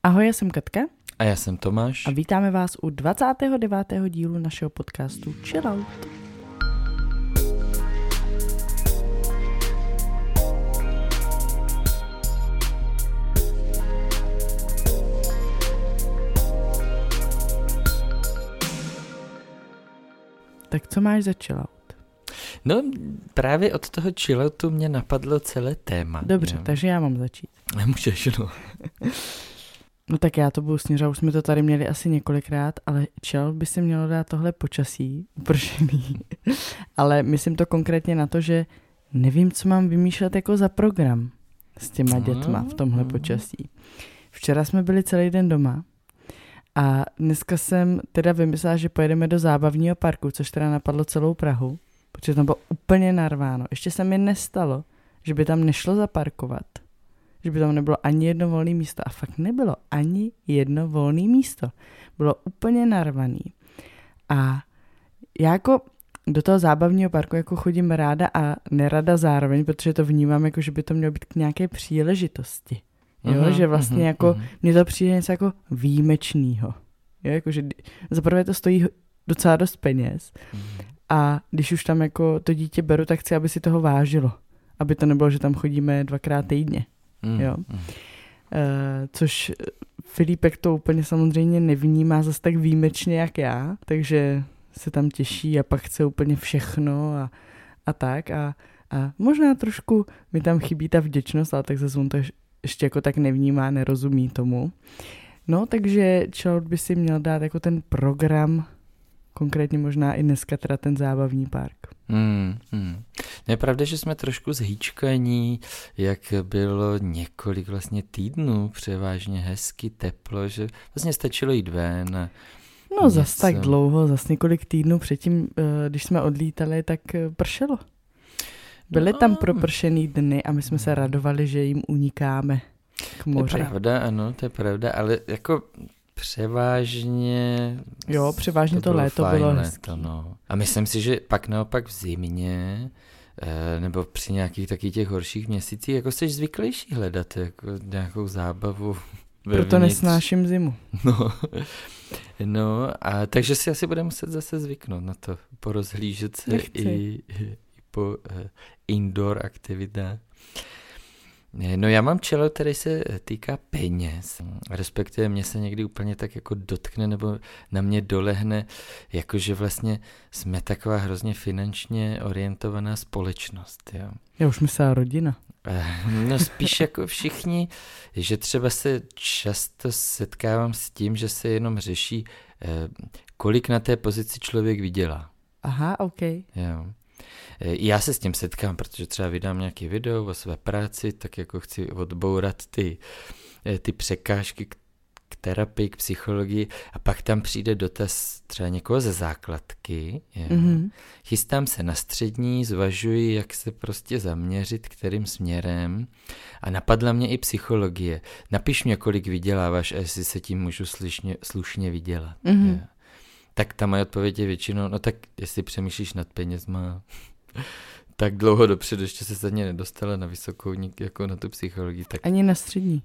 Ahoj, já jsem Katka. A já jsem Tomáš. A vítáme vás u 29. dílu našeho podcastu Chill Out. Tak co máš za chill out? No právě od toho chilloutu mě napadlo celé téma. Dobře, takže já mám začít. Můžeš, no. No tak já to budu směřovat, už jsme to tady měli asi několikrát, ale chill by se mělo dát tohle počasí, upršený. Ale myslím to konkrétně na to, že nevím, co mám vymýšlet jako za program s těma dětma v tomhle počasí. Včera jsme byli celý den doma a dneska jsem teda vymyslela, že pojedeme do zábavního parku, což teda napadlo celou Prahu, protože tam bylo úplně narváno. Ještě se mi nestalo, že by tam nešlo zaparkovat. Že by tam nebylo ani jedno volné místo. A fakt nebylo ani jedno volné místo. Bylo úplně narvaný. A já jako do toho zábavního parku jako chodím ráda a nerada zároveň, protože to vnímám jako, že by to mělo být k nějaké příležitosti. Jo, že vlastně jako mně to přijde něco jako výjimečného. Jo, jako, že zaprvé to stojí docela dost peněz a když už tam jako to dítě beru, tak chci, aby si toho vážilo. Aby to nebylo, že tam chodíme 2x týdně. Jo. Což Filipek to úplně samozřejmě nevnímá zase tak výjimečně jak já, takže se tam těší a pak chce úplně všechno a tak a možná trošku mi tam chybí ta vděčnost, ale tak zase on to ještě jako tak nevnímá, nerozumí tomu. No, takže chill by si měl dát jako ten program, konkrétně možná i dneska teda ten zábavní park. Je pravda, že jsme trošku zhýčkaní, jak bylo několik vlastně týdnů, převážně hezky, teplo, že vlastně stačilo jít ven. No zas tak dlouho, zas několik týdnů předtím, když jsme odlítali, tak pršelo. Byly tam propršený dny a my jsme se radovali, že jim unikáme k moři. To je pravda, ano, to je pravda, ale jako převážně to léto bylo hezký. No. A myslím si, že pak naopak v zimě, nebo při nějakých takových těch horších měsících, jako jsi zvyklejší hledat jako nějakou zábavu. Proto nesnáším zimu. No, a takže si asi budeme muset zase zvyknout na to, porozhlížet se i po indoor aktivitách. No já mám chill, který se týká peněz, respektive mě se někdy úplně tak jako dotkne nebo na mě dolehne, jakože vlastně jsme taková hrozně finančně orientovaná společnost. Jo. Já už myslela rodina. No spíš jako všichni, že třeba se často setkávám s tím, že se jenom řeší, kolik na té pozici člověk vydělá. Aha, OK. Jo. Já se s tím setkám, protože třeba vydám nějaký video o své práci, tak jako chci odbourat ty překážky k terapii, k psychologii a pak tam přijde dotaz třeba někoho ze základky. Chystám se na střední, zvažuji, jak se prostě zaměřit, kterým směrem a napadla mě i psychologie. Napiš mě, kolik vyděláváš a jestli se tím můžu slušně vydělat. Tak ta moje odpověď je většinou, no tak jestli přemýšlíš nad penězma, tak dlouho dopředu ještě se zadně nedostala na vysokou jako na tu psychologii. Tak ani na střední.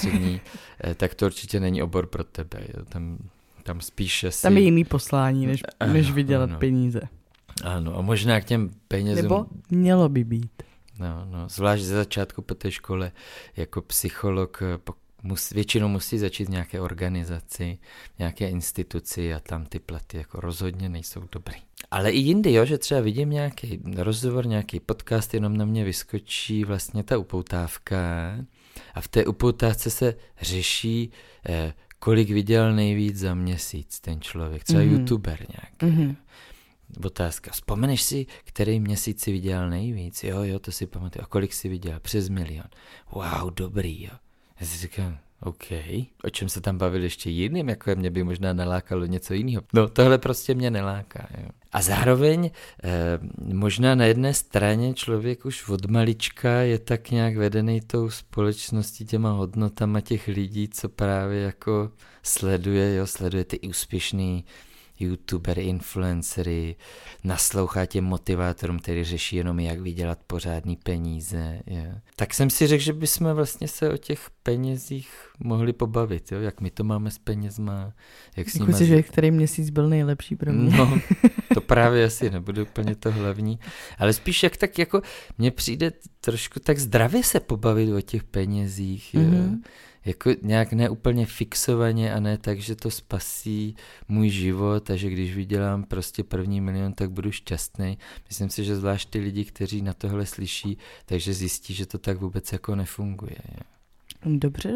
Tak to určitě není obor pro tebe. Jo. Tam spíše si... Tam je jiný poslání, než vydělat peníze. Ano, a možná k těm penězům... Nebo mělo by být. No, zvlášť ze začátku po té škole jako psycholog většinou musí začít v nějaké organizaci, nějaké instituci a tam ty platy jako rozhodně nejsou dobrý. Ale i jindy, jo, že třeba vidím nějaký rozhovor, nějaký podcast, jenom na mě vyskočí vlastně ta upoutávka a v té upoutávce se řeší, kolik vydělal nejvíc za měsíc ten člověk, třeba youtuber nějaký. Otázka, vzpomeneš si, který měsíc si vydělal nejvíc? Jo, to si pamatuju. A kolik si vydělal? Přes 1 milion. Wow, dobrý, jo. Já si říkám, OK, o čem se tam bavil ještě jiným, jako mě by možná nalákalo něco jiného. No, tohle prostě mě neláká. Jo. A zároveň možná na jedné straně člověk už od malička je tak nějak vedený tou společností, těma hodnotama těch lidí, co právě jako sleduje ty úspěšný youtubery, influencery, naslouchá těm motivátorům, který řeší jenom, jak vydělat pořádný peníze. Jo. Tak jsem si řekl, že bychom vlastně se o těch penězích mohli pobavit, jo? Jak my to máme s penězma. Jak s nima... že který měsíc byl nejlepší pro mě. No, to právě asi nebude úplně to hlavní, ale spíš jak tak jako, mně přijde trošku tak zdravě se pobavit o těch penězích, jako nějak ne úplně fixovaně a ne tak, že to spasí můj život a že když vydělám prostě první milion, tak budu šťastný. Myslím si, že zvlášť ty lidi, kteří na tohle slyší, takže zjistí, že to tak vůbec jako nefunguje. Jo. Dobře.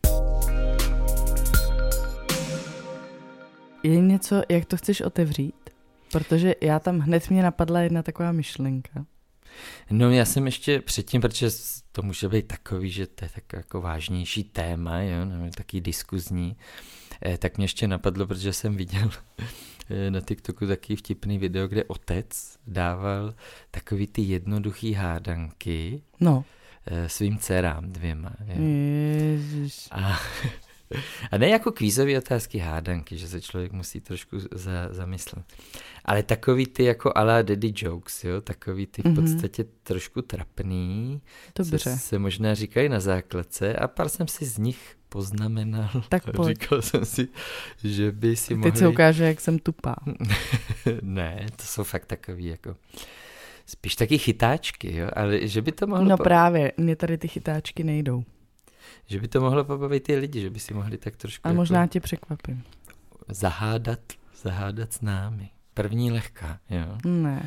Je něco, jak to chceš otevřít? Protože já tam hned mě napadla jedna taková myšlenka. No já jsem ještě předtím, protože to může být takový, že to je tak jako vážnější téma, jo, nebo taky diskuzní, tak mě ještě napadlo, protože jsem viděl na TikToku taky vtipný video, kde otec dával takový ty jednoduchý hádanky svým dcerám 2. Jo. Ježiš. A ne jako kvízové otázky hádanky, že se člověk musí trošku zamyslet. Ale takový ty jako à la daddy jokes, jo, takový ty v podstatě trošku trapný, Dobře. Co se možná říkají na základce a pár jsem si z nich poznamenal. Tak pojď. Říkal jsem si, že by si mohli... Teď se ukáže, jak jsem tupá. Ne, to jsou fakt takový jako... Spíš taky chytáčky, jo, ale že by to mohlo... No právě, mě tady ty chytáčky nejdou. Že by to mohlo pobavit ty lidi, že by si mohli tak trošku... A možná tě překvapím. Zahádat s námi. První lehká, jo? Ne.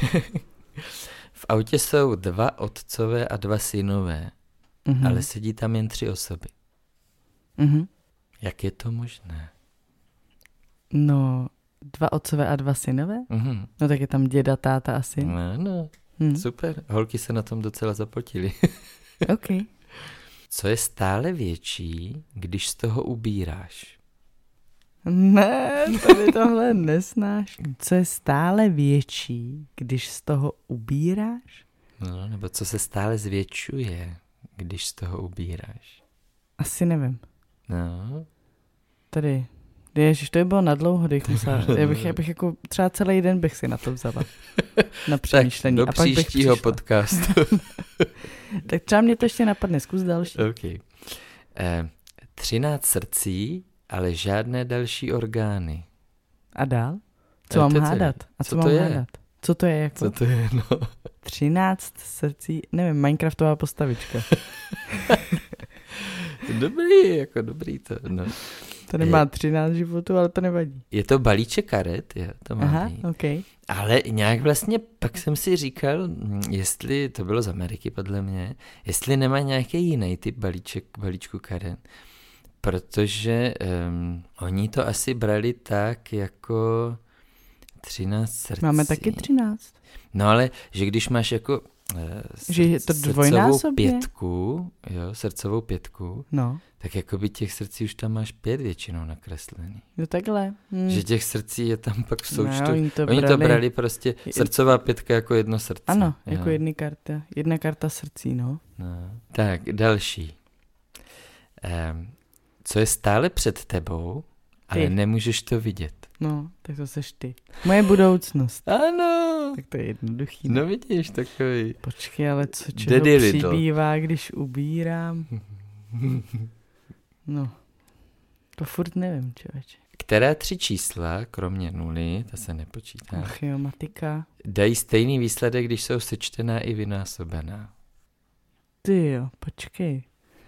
V autě jsou 2 otcové a 2 synové, ale sedí tam jen 3 osoby. Jak je to možné? No, 2 otcové a 2 synové? No tak je tam děda, táta a syn. No, super. Holky se na tom docela zapotily. OK. Co je stále větší, když z toho ubíráš? Ne, tady tohle nesnáš. Co je stále větší, když z toho ubíráš? No, nebo co se stále zvětšuje, když z toho ubíráš? Asi nevím. No. Tady. Ježiš, to by bylo nadlouho, já bych jako třeba celý den bych si na to vzala. Na přemýšlení. Tak do příštího podcastu. Tak třeba mě to ještě napadne, zkus další. OK. 13 srdcí, ale žádné další orgány. A dál? Co mám hádat? A co mám hádat? Co to je? Jako? Co to je, no? 13 srdcí, nevím, Minecraftová postavička. Dobrý to, no. To nemá 13 životů, ale to nevadí. Je to balíček karet, jo, to má Aha, být. OK. Ale nějak vlastně pak jsem si říkal, jestli, to bylo z Ameriky podle mě, jestli nemá nějaký jiný typ balíčku karet. Protože oni to asi brali tak jako 13 srdcí. Máme taky 13. No ale, že když máš jako že je to dvojnásobně? Srdcovou pětku, no. Tak jako by těch srdcí už tam máš 5 většinou nakreslený. No takhle. Že těch srdcí je tam pak v součtu. No, oni to brali prostě srdcová 5 jako jedno srdce. Ano, jako jedna karta srdcí, no. Tak, další. Co je stále před tebou, ale nemůžeš to vidět. No, tak to seš ty. Moje budoucnost. Ano. Tak to je jednoduchý. No vidíš, takový. Počkej, ale co čeho přibývá, když ubírám? No, to furt nevím, člověče. Která 3 čísla, kromě 0, ta se nepočítá. Ach jo, matika. Dají stejný výsledek, když jsou sečtená i vynásobená. Ty jo, počkej.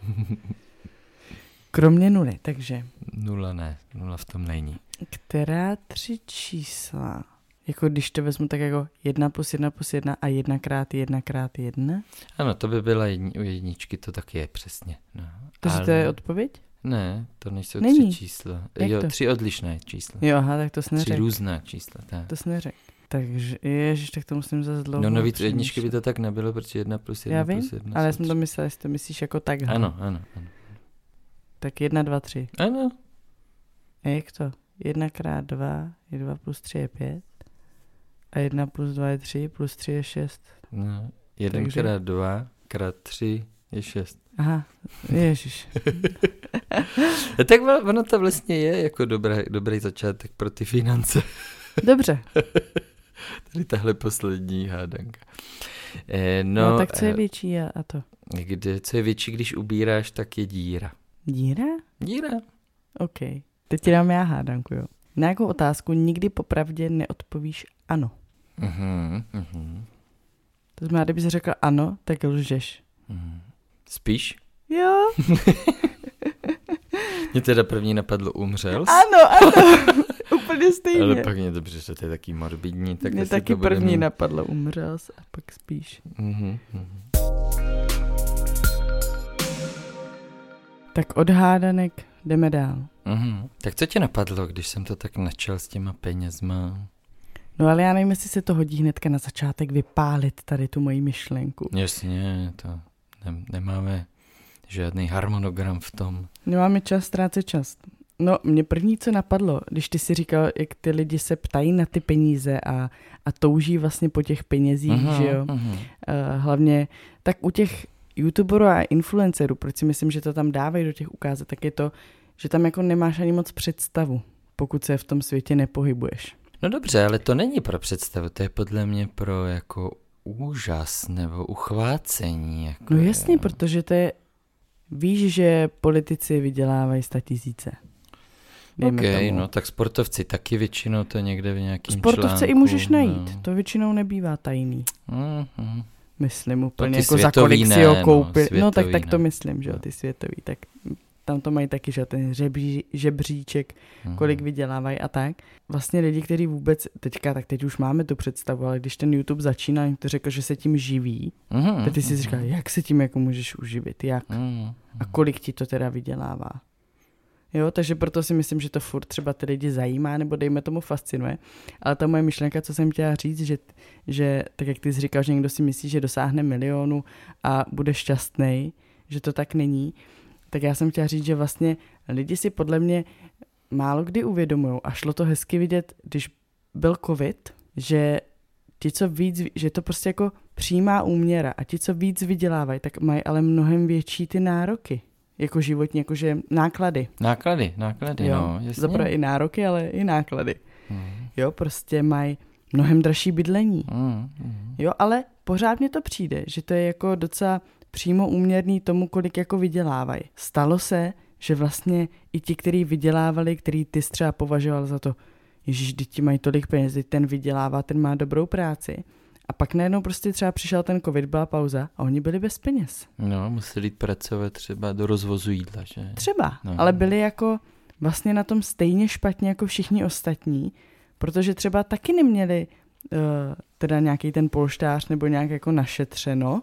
Kromě 0, takže. 0 ne, 0 v tom není. Která 3 čísla? Jako když to vezmu tak jako 1 + 1 + 1 a 1 × 1 × 1? Ano, to by byla u jedničky, to tak je přesně. No. Takže to je odpověď? Ne, to nejsou 3 čísla. Jak to? 3 odlišné čísla. Jo, aha, tak to jsi neřekl. 3 různá čísla, tak. To jsi neřekl. Takže, ježiš, tak to musím zase dlouho. No, nový jedničky by to tak nebylo, protože 1 + 1 já vím, + 1. ale já jsem to myslel, jestli to myslíš jako takhle. Ano. Tak 1, 2, 3. Ano. A jak to? 1 × 2 je 2 + 3 je 5. A 1 + 2 je 3, + 3 je 6. No, 1 × 2 × 3 je 6. Aha, ježiš. Tak ono to vlastně je jako dobrý začátek pro ty finance. Dobře. Tady tahle poslední hádanka. No tak co je větší a to? Co je větší, když ubíráš, tak je díra. Díra? Díra. OK. Teď ti dám já hádanku, jo. Na jakou otázku nikdy popravdě neodpovíš ano? To znamená, kdyby jsi řekl ano, tak lžeš. Spíš? Jo. Mě teda první napadlo umřel. Ano. Úplně stejně. Ale pak mě dobře, že to je taky morbidní. Tak mě taky první napadlo umřel a pak spíš. Tak od hádanek jdeme dál. Tak co tě napadlo, když jsem to tak načal s těma penězma? No ale já nevím, jestli se to hodí hnedka na začátek vypálit tady tu moji myšlenku. Jasně, to nemáme žádný harmonogram v tom. Nemáme čas, ztrácet čas. No, mě první, co napadlo, když ty si říkal, jak ty lidi se ptají na ty peníze a touží vlastně po těch penězích, že jo. Hlavně tak u těch youtuberů a influencerů, proč si myslím, že to tam dávají do těch ukázek, tak je to, že tam jako nemáš ani moc představu, pokud se v tom světě nepohybuješ. No dobře, ale to není pro představu, to je podle mě pro jako úžas nebo uchvácení. Jako no jasně, protože to je, víš, že politici vydělávají 100 000. OK, no tak sportovci taky většinou to někde v nějakým sportovce článku. I můžeš najít, to většinou nebývá tajný. Myslím úplně, jako za kolik si ho koupil. No tak to myslím, že jo, ty světový, tak tam to mají taky, že ten žebříček, kolik vydělávají a tak. Vlastně lidi, kteří vůbec, teď už máme tu představu, ale když ten YouTube začíná, to řekl, že se tím živí, tak ty si říkal, jak se tím jako můžeš uživit, jak a kolik ti to teda vydělává. Jo, takže proto si myslím, že to furt třeba ty lidi zajímá, nebo dejme tomu fascinuje. Ale ta moje myšlenka, co jsem chtěla říct, že tak jak ty jsi říkal, že někdo si myslí, že dosáhne milionu a bude šťastný, že to tak není, tak já jsem chtěla říct, že vlastně lidi si podle mě málo kdy uvědomují a šlo to hezky vidět, když byl covid, že ti, co víc, že to prostě jako přímá úměra a ti, co víc vydělávají, tak mají ale mnohem větší ty nároky. Jako životní, jakože náklady. Náklady, jo, no, jasně. Zaprvé i nároky, ale i náklady. Jo, prostě mají mnohem dražší bydlení. Jo, ale pořád mně to přijde, že to je jako docela přímo úměrný tomu, kolik jako vydělávají. Stalo se, že vlastně i ti, kteří vydělávali, který ty třeba považoval za to, ježiš, ti mají tolik peněz, ten vydělává, ten má dobrou práci. A pak najednou prostě třeba přišel ten covid, byla pauza a oni byli bez peněz. No, museli jít pracovat třeba do rozvozu jídla, že? Třeba, ale byli jako vlastně na tom stejně špatně jako všichni ostatní, protože třeba taky neměli teda nějaký ten polštář nebo nějak jako našetřeno,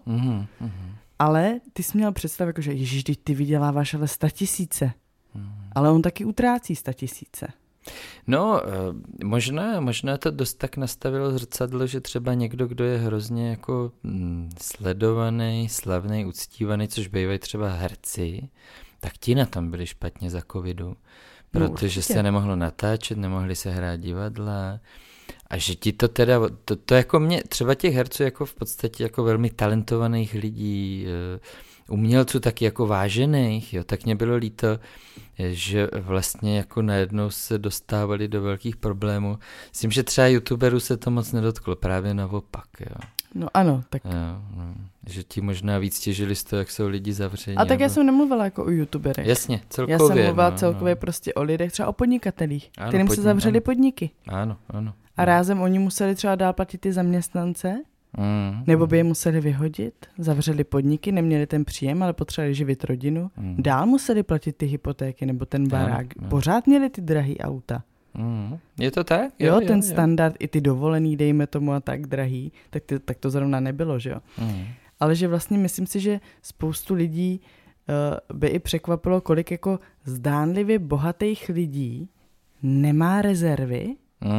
ale ty jsi měl představu, jako, že ježiš, ty vyděláváš ale 100 000, ale on taky utrácí 100 000. No, možná to dost tak nastavilo zrcadlo, že třeba někdo, kdo je hrozně jako sledovaný, slavný, uctívaný, což bývají třeba herci, tak ti na tom byli špatně za covidu, protože se nemohlo natáčet, nemohli se hrát divadla a že ti to teda, to jako mě, třeba těch herců jako v podstatě jako velmi talentovaných lidí, umělců taky jako vážených, jo, tak mě bylo líto, že vlastně jako najednou se dostávali do velkých problémů. Myslím, že třeba youtuberů se to moc nedotklo, právě naopak, jo. No ano, tak. Jo, no, že ti možná víc těžili z toho, jak jsou lidi zavření. A tak já jsem nemluvila jako o youtuberech. Jasně, celkově. Já jsem mluvila celkově prostě o lidech, třeba o podnikatelích, kterým se zavřeli podniky. Ano. A rázem oni museli třeba dál platit ty zaměstnance, nebo by je museli vyhodit, zavřeli podniky, neměli ten příjem, ale potřebovali živit rodinu. Dál museli platit ty hypotéky nebo ten barák. Pořád měli ty drahý auta. Je to tak? Jo, ten standard, i ty dovolený, dejme tomu a tak drahý, tak to zrovna nebylo, že jo. Ale že vlastně myslím si, že spoustu lidí by i překvapilo, kolik jako zdánlivě bohatých lidí nemá rezervy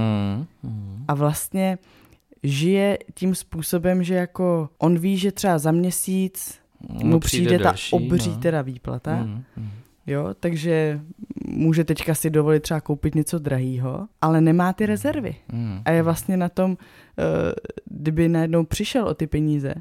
a vlastně žije tím způsobem, že jako on ví, že třeba za měsíc mu přijde ta obří teda výplata, jo, takže může teďka si dovolit třeba koupit něco drahýho, ale nemá ty rezervy. A je vlastně na tom, kdyby najednou přišel o ty peníze,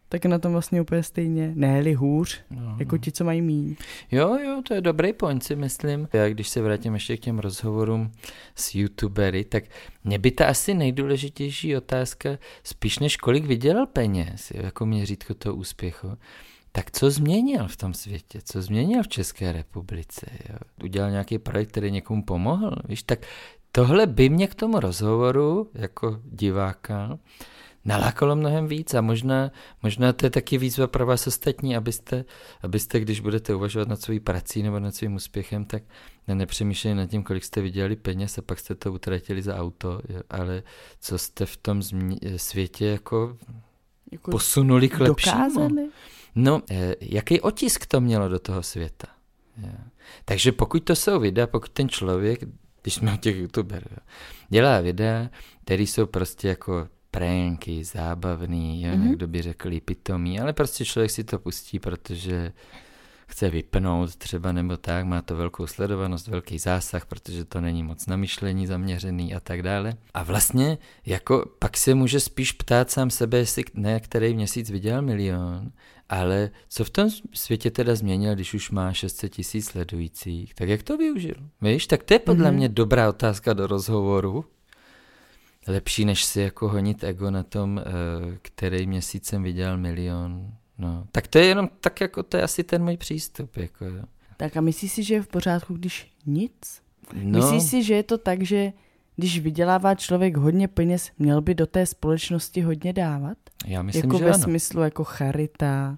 tak na tom vlastně úplně stejně, ne-li hůř, jako ti, co mají míň. Jo, to je dobrý point, si myslím. Já když se vrátím ještě k těm rozhovorům s youtubery, tak mě by ta asi nejdůležitější otázka, spíš než kolik vydělal peněz, jako měřítko toho úspěchu, tak co změnil v tom světě, co změnil v České republice, jo? Udělal nějaký projekt, který někomu pomohl, víš, tak tohle by mě k tomu rozhovoru jako diváka nalákalo mnohem víc a možná to je taky výzva pro vás ostatní, abyste, když budete uvažovat nad svou prací nebo nad svým úspěchem, tak nepřemýšleli nad tím, kolik jste vydělali peněz a pak jste to utratili za auto, ale co jste v tom světě jako posunuli k lepšímu. Dokázali? No, jaký otisk to mělo do toho světa. Takže pokud to jsou videa, pokud ten člověk, když jsme u těch youtuberů, dělá videa, které jsou prostě jako pranky, zábavný, někdo by řekl pitomý, ale prostě člověk si to pustí, protože chce vypnout třeba nebo tak, má to velkou sledovanost, velký zásah, protože to není moc na myšlení zaměřený a tak dále. A vlastně jako pak se může spíš ptát sám sebe, jestli ne, který měsíc vydělal 1 000 000, ale co v tom světě teda změnil, když už má 600 000 sledujících, tak jak to využil? Víš, tak to je podle mě dobrá otázka do rozhovoru. Lepší, než si jako honit ego na tom, který měsíc jsem vydělal 1 000 000. No, tak to je jenom tak, jako to je asi ten můj přístup. Jako, jo. Tak a myslíš si, že je v pořádku, když nic? No. Myslíš si, že je to tak, že když vydělává člověk hodně peněz, měl by do té společnosti hodně dávat? Já myslím, jako že ve ano. smyslu jako charita,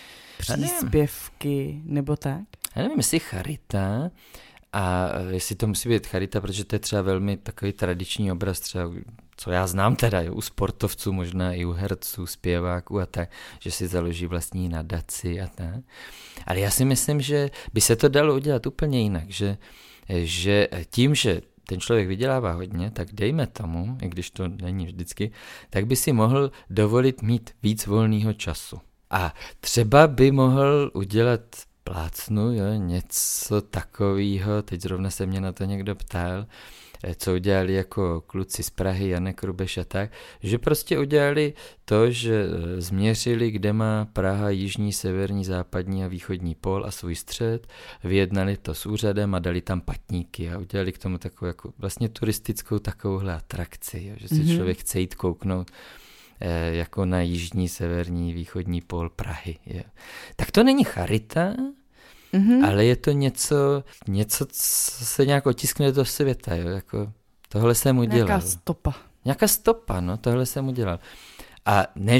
příspěvky nebo tak? Já nevím, jestli charita a jestli to musí být charita, protože to je třeba velmi takový tradiční obraz, třeba co já znám teda, jo, u sportovců, možná i u herců, zpěváků a tak, že si založí vlastní nadaci a tak. Ale já si myslím, že by se to dalo udělat úplně jinak, že tím, že ten člověk vydělává hodně, tak dejme tomu, i když to není vždycky, tak by si mohl dovolit mít víc volného času. A třeba by mohl udělat plácnu, jo, něco takového, teď zrovna se mě na to někdo ptal, co udělali jako kluci z Prahy, Janek Rubeš a tak, že prostě udělali to, že změřili, kde má Praha jižní, severní, západní a východní pól a svůj střed, vyjednali to s úřadem a dali tam patníky a udělali k tomu takovou jako vlastně turistickou takovouhle atrakci, jo, že si člověk chce jít kouknout jako na jižní, severní, východní pól Prahy. Jo. Tak to není charita, ale je to něco, co se nějak otiskne do světa. Jo. Jako, tohle jsem udělal. Nějaká stopa, no, tohle jsem udělal. A ne,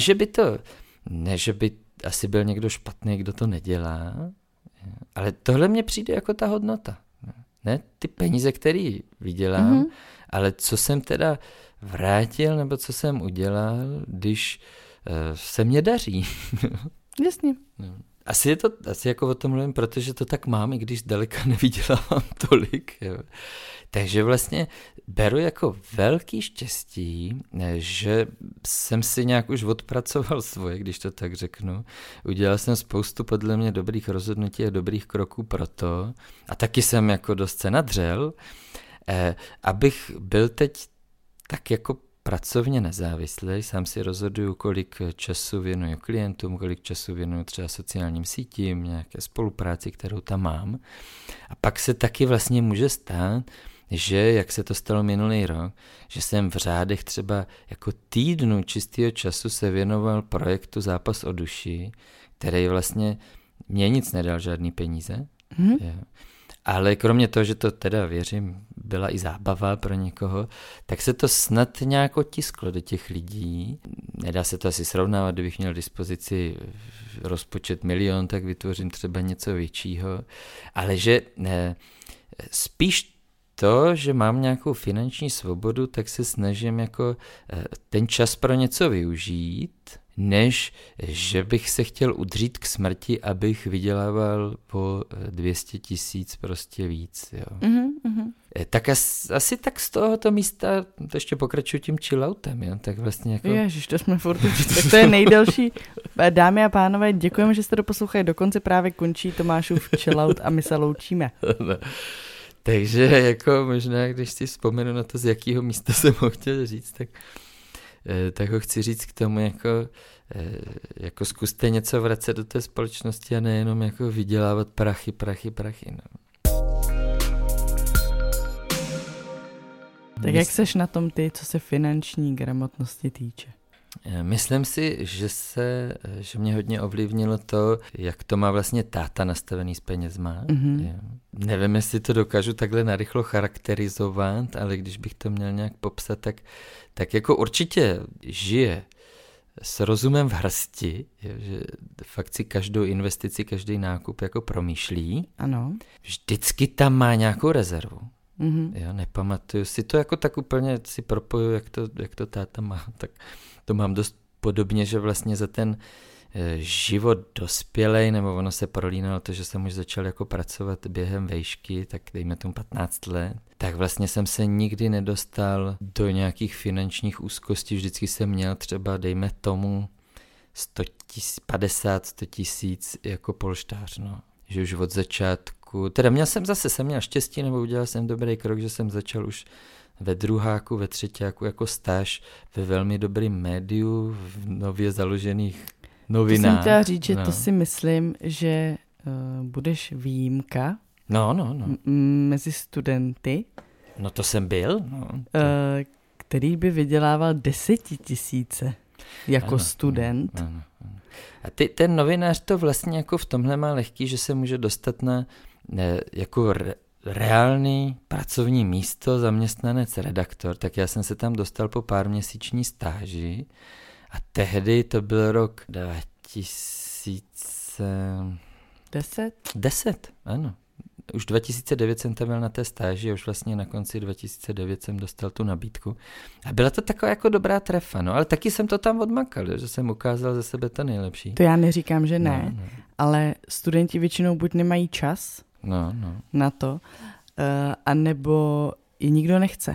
že by asi byl někdo špatný, kdo to nedělá, ale tohle mně přijde jako ta hodnota. Ne ty peníze, které vydělám, ale co jsem teda vrátil, nebo co jsem udělal, když se mě daří. Jasně. No. Asi jako o tom mluvím, protože to tak mám, i když zdaleka nevydělávám tolik. Jo. Takže vlastně beru jako velký štěstí, že jsem si nějak už odpracoval svoje, když to tak řeknu. Udělal jsem spoustu podle mě dobrých rozhodnutí a dobrých kroků pro to. A taky jsem jako dost se nadřel, abych byl teď tak jako pracovně nezávislý, sám si rozhoduju, kolik času věnuju klientům, kolik času věnuju třeba sociálním sítím, nějaké spolupráci, kterou tam mám. A pak se taky vlastně může stát, že, jak se to stalo minulý rok, že jsem v řádech třeba jako týdnu čistého času se věnoval projektu Zápas o duši, který vlastně mě nic nedal, žádný peníze. Jo. Ale kromě toho, že to teda, věřím, byla i zábava pro někoho, tak se to snad nějak otisklo do těch lidí. Nedá se to asi srovnávat, kdybych měl dispozici rozpočet 1 000 000, tak vytvořím třeba něco většího. Ale že spíš to, že mám nějakou finanční svobodu, tak se snažím jako ten čas pro něco využít, než že bych se chtěl udřít k smrti, abych vydělával po 200 000 prostě víc. Jo. Tak asi tak z tohoto místa, to ještě pokračuji tím chilloutem, jo? Tak vlastně jako... Ježiš, to jsme furt tak to je nejdelší. Dámy a pánové, děkujeme, že jste doposlouchali, dokonce právě končí Tomášův chillout a my se loučíme. No. Takže jako možná, když si vzpomenu na to, z jakého místa jsem ho chtěl říct, tak tak ho chci říct k tomu, jako zkuste něco vracet do té společnosti a nejenom jako vydělávat prachy. No. Tak jak seš na tom ty, co se finanční gramotnosti týče? Myslím si, že mě hodně ovlivnilo to, jak to má vlastně táta nastavený s penězma. Mm-hmm. Nevím, jestli to dokážu takhle narychlo charakterizovat, ale když bych to měl nějak popsat, tak jako určitě žije s rozumem v hrsti, že fakt si každou investici, každý nákup jako promýšlí. Ano. Vždycky tam má nějakou rezervu. Mm-hmm. Já nepamatuju si to jako tak úplně si propoju, jak to táta má, tak to mám dost podobně, že vlastně za ten život dospělej, nebo ono se prolínalo to, že jsem už začal jako pracovat během vejšky, tak dejme tomu 15 let, tak vlastně jsem se nikdy nedostal do nějakých finančních úzkostí, vždycky jsem měl třeba, dejme tomu, 50-100 tisíc jako polštář, no. Že už od začátku, teda jsem měl štěstí, nebo udělal jsem dobrý krok, že jsem začal už ve druháku, ve třetíku jako stáž ve velmi dobrým médiu, v nově založených novinách. To jsem chtěla říct, že to si myslím, že budeš výjimka mezi studenty. No to jsem byl. No, který by vydělával 10 000 jako student. Ano. A ten novinář to vlastně jako v tomhle má lehký, že se může dostat na jako reálný pracovní místo, zaměstnanec, redaktor, tak já jsem se tam dostal po pár měsíční stáži a tehdy to byl rok 2010, ano. Už 2009 jsem tam byl na té stáži a už vlastně na konci 2009 jsem dostal tu nabídku. A byla to taková jako dobrá trefa, no, ale taky jsem to tam odmakal, že jsem ukázal ze sebe to nejlepší. To já neříkám, že ne, ale studenti většinou buď nemají čas na to, anebo i nikdo nechce.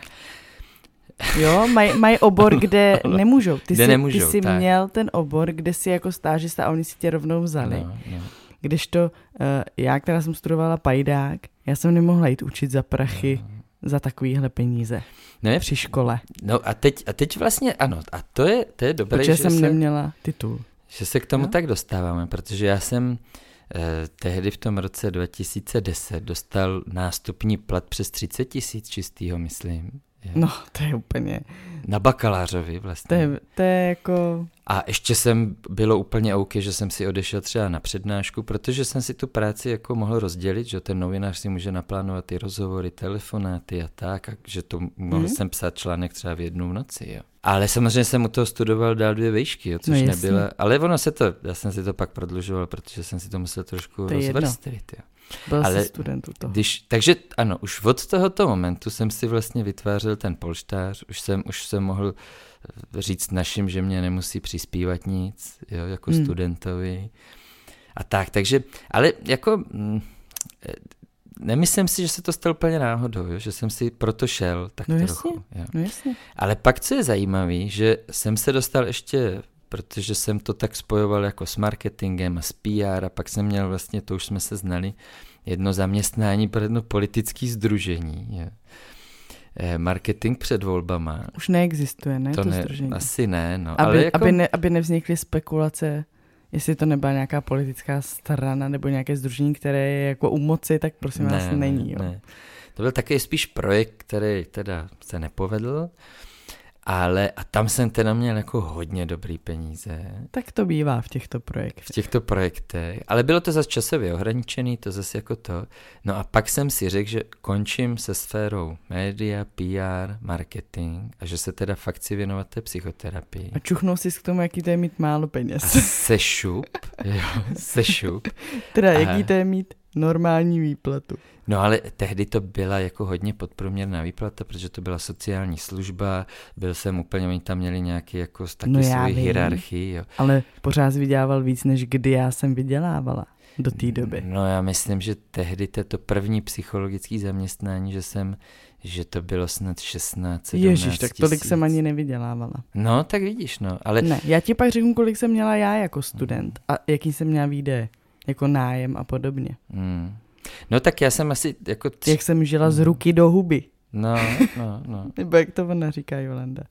Jo, mají obor, kde nemůžou. Ty jsi měl ten obor, kde si jako stážista a oni si tě rovnou vzali. Kdežto já, která jsem studovala pajdák, já jsem nemohla jít učit za prachy za takovýhle peníze při škole. No a teď vlastně ano, a to je dobré, protože jsem neměla titul. Že se k tomu tak dostáváme, protože já jsem tehdy v tom roce 2010 dostal nástupní plat přes 30 000 čistýho, myslím. No, to je úplně... Na bakalářovi vlastně. To je jako... A ještě bylo úplně OK, že jsem si odešel třeba na přednášku, protože jsem si tu práci jako mohl rozdělit, že ten novinář si může naplánovat ty rozhovory, telefonáty a tak, a že to mohl jsem psát článek třeba v jednu v noci, jo. Ale samozřejmě jsem u toho studoval dál 2 vejšky, jo, což nebyla... Ale já jsem si to pak prodlužoval, protože jsem si to musel trošku rozvrstvit, jo. Byl jsi student u toho. Takže ano, už od tohoto momentu jsem si vlastně vytvářel ten polštář, už jsem mohl říct našim, že mě nemusí přispívat nic, jo, jako studentovi a tak, takže, ale jako nemyslím si, že se to stalo úplně náhodou, jo, že jsem si proto šel tak trochu. Jo. No jasně. Ale pak, co je zajímavý, že jsem se dostal ještě, protože jsem to tak spojoval jako s marketingem a s PR a pak jsem měl vlastně, to už jsme se znali, jedno zaměstnání pro jedno politické sdružení. Je. Marketing před volbama. Už neexistuje, ne? To sdružení. Asi ne, no. Ale jako... aby nevznikly spekulace, jestli to nebyla nějaká politická strana nebo nějaké sdružení, které je jako u moci, tak prosím vás není. Jo. Ne. To byl taky spíš projekt, který teda se nepovedl, ale a tam jsem teda měl jako hodně dobrý peníze. Tak to bývá v těchto projektech. Ale bylo to zase časově ohraničený, to zase jako to. No a pak jsem si řekl, že končím se sférou média, PR, marketing a že se teda fakt chci věnovat té psychoterapii. A čuchnul jsi k tomu, jaký to je mít málo peněz. Sešup. Teda jaký to je mít normální výplatu. No ale tehdy to byla jako hodně podprůměrná výplata, protože to byla sociální služba, byl jsem úplně, oni tam měli nějaký jako taky svoji hierarchii. Jo. Ale pořád jsi vydělával víc, než kdy já jsem vydělávala do té doby. No já myslím, že tehdy to první psychologické zaměstnání, že to bylo snad 16, 17 Ježiš, tak tolik jsem ani nevydělávala. No, tak vidíš, no. Ale... Ne, já ti pak řeknu, kolik jsem měla já jako student a jaký jsem měla výdaje, jako nájem a podobně. No tak já jsem asi jako... Jak jsem žila z ruky do huby. No. Nebo jak to ona říká, Jolanda.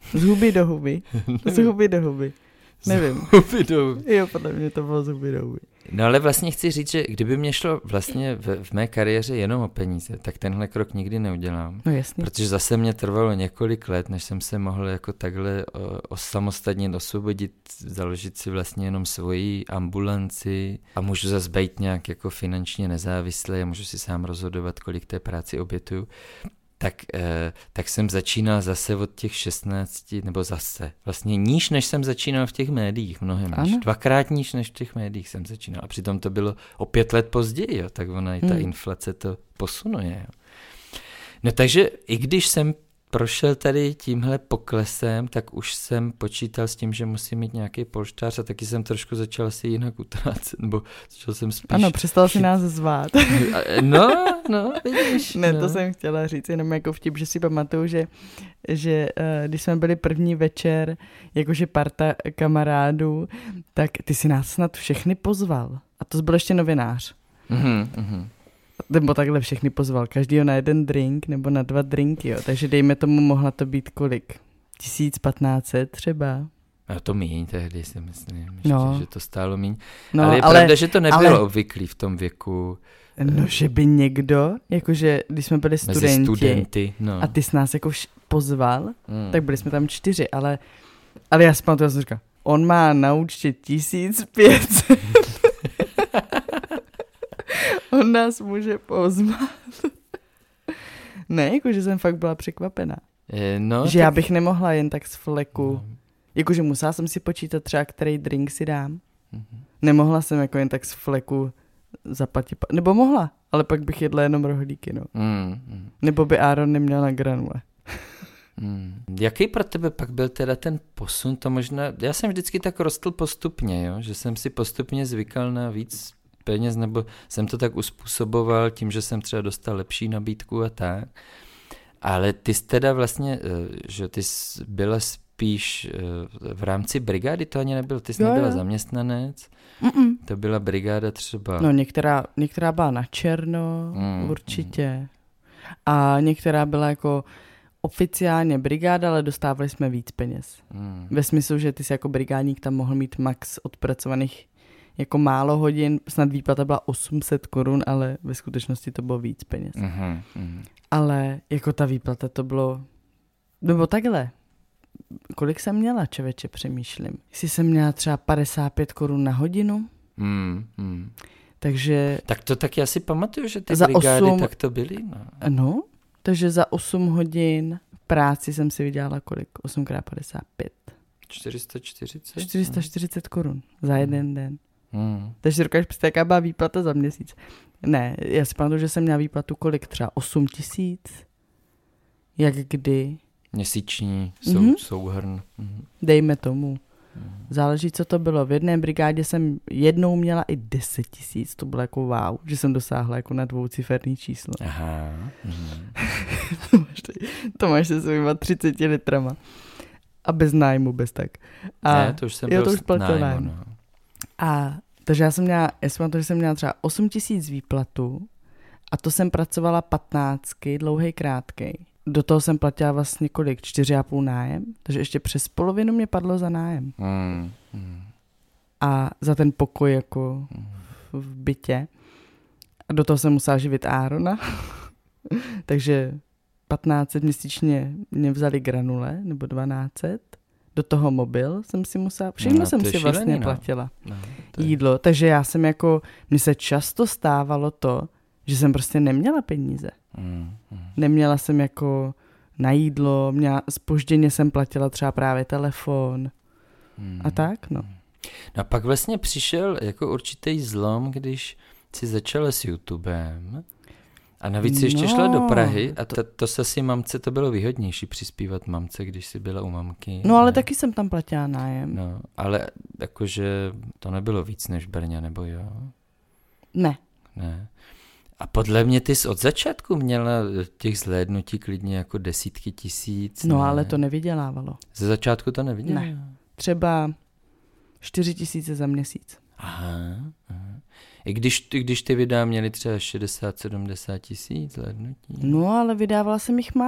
Z huby do huby. Z huby do huby. Nevím. Z huby do huby. Jo, podle mě to bylo z huby do huby. No ale vlastně chci říct, že kdyby mě šlo vlastně v mé kariéře jenom o peníze, tak tenhle krok nikdy neudělám. No jasně. Protože zase mě trvalo několik let, než jsem se mohl jako takhle osamostatnit, osvobodit, založit si vlastně jenom svoji ambulanci a můžu zase být nějak jako finančně nezávislý a můžu si sám rozhodovat, kolik té práci obětuju. Tak jsem začínal zase od těch 16, nebo zase, vlastně níž, než jsem začínal v těch médiích, mnohem níž. Dvakrát níž, než v těch médiích jsem začínal. A přitom to bylo o 5 let později, jo, tak ona i ta inflace to posunuje. Jo. No takže i když jsem prošel tady tímhle poklesem, tak už jsem počítal s tím, že musím mít nějaký polštář a taky jsem trošku začal si jinak utrácet, nebo začal jsem spíš... Ano, přestal si nás zvát. No, vidíš. Ne, to jsem chtěla říct, jenom jako vtip, že si pamatuju, že když jsme byli první večer, jakože parta kamarádů, tak ty si nás snad všechny pozval. A to byl ještě novinář. Nebo takhle všechny pozval, každýho na jeden drink nebo na 2 drinky, jo. Takže dejme tomu, mohla to být kolik? 1500 třeba. A to míň tehdy si myslím, že to stálo míň. No, ale je pravda, že to nebylo obvyklý v tom věku. No, že by někdo, jakože když jsme byli studenty a ty jsi nás jako pozval, tak byli jsme tam 4, ale já si pamatuju, já jsem říkal, on má na účtě 1500. On nás může pozvat. Ne, jakože jsem fakt byla překvapená. Že já bych nemohla jen tak z fleku. Jakože musela jsem si počítat třeba, který drink si dám. Nemohla jsem jako jen tak z fleku zaplatit. Nebo mohla, ale pak bych jedla jenom rohlíky, no. Nebo by Aaron neměl na granule. Jaký pro tebe pak byl teda ten posun? To možná, já jsem vždycky tak rostl postupně, jo? Že jsem si postupně zvykal na víc peněz, nebo jsem to tak uspůsoboval tím, že jsem třeba dostal lepší nabídku a tak. Ale ty jsi teda vlastně, že ty jsi byla spíš v rámci brigády, to ani nebyl, ty jsi nebyla zaměstnanec, to byla brigáda třeba. No některá byla na černo, určitě. A některá byla jako oficiálně brigáda, ale dostávali jsme víc peněz. Ve smyslu, že ty jsi jako brigádník tam mohl mít max odpracovaných jako málo hodin, snad výplata byla 800 korun, ale ve skutečnosti to bylo víc peněz. Ale jako ta výplata to bylo, nebo takhle, kolik jsem měla, čověče, přemýšlím. Jestli jsem měla třeba 55 korun na hodinu, takže... Tak to taky asi pamatuju, že ty brigády tak to byly. No, takže za 8 hodin práci jsem si vydělala kolik? 8x55. 440? 440 korun za jeden den. Takže si dokážeš představit, jaká byla výplata za měsíc. Ne, já si pamatuju, že jsem měla výplatu kolik? Třeba 8 000? Jak kdy? Měsíční souhrn. Dejme tomu. Záleží, co to bylo. V jedné brigádě jsem jednou měla i 10 000. To bylo jako wow, že jsem dosáhla jako na 2ciferný číslo. Aha. To máš se svýma 30 litrama. A bez nájmu, bez tak. Ne, to už jsem byl nájmu. No. A takže já jsem měla třeba 8 000 výplatu a to jsem pracovala 15, dlouhej, krátkej. Do toho jsem platila vlastně kolik? 4,5 nájem, takže ještě přes polovinu mě padlo za nájem. A za ten pokoj jako v bytě. A do toho jsem musela živit Aarona. Takže 1500 měsíčně mě vzali granule, nebo 1200. Do toho mobil jsem si musela, všechno jsem si vlastně platila. Jídlo, takže já jsem jako, mně se často stávalo to, že jsem prostě neměla peníze. Neměla jsem jako na jídlo, zpožděně jsem platila třeba právě telefon a tak, no. No a pak vlastně přišel jako určitý zlom, když si začala s YouTubem a navíc si ještě šla do Prahy a to se si mamce, to bylo výhodnější přispívat mamce, když si byla u mamky. No ale taky jsem tam platila nájem. No, ale jakože to nebylo víc než v Brně, nebo jo? Ne. A podle mě ty jsi od začátku měla těch zhlédnutí klidně jako desítky tisíc. No ale to nevydělávalo. Ze začátku to nevydělávalo? Ne. Třeba 4 000 za měsíc. Aha. I když ty videa měly třeba 60-70 tisíc zhlédnutí. No ale vydávala jsem jich málo.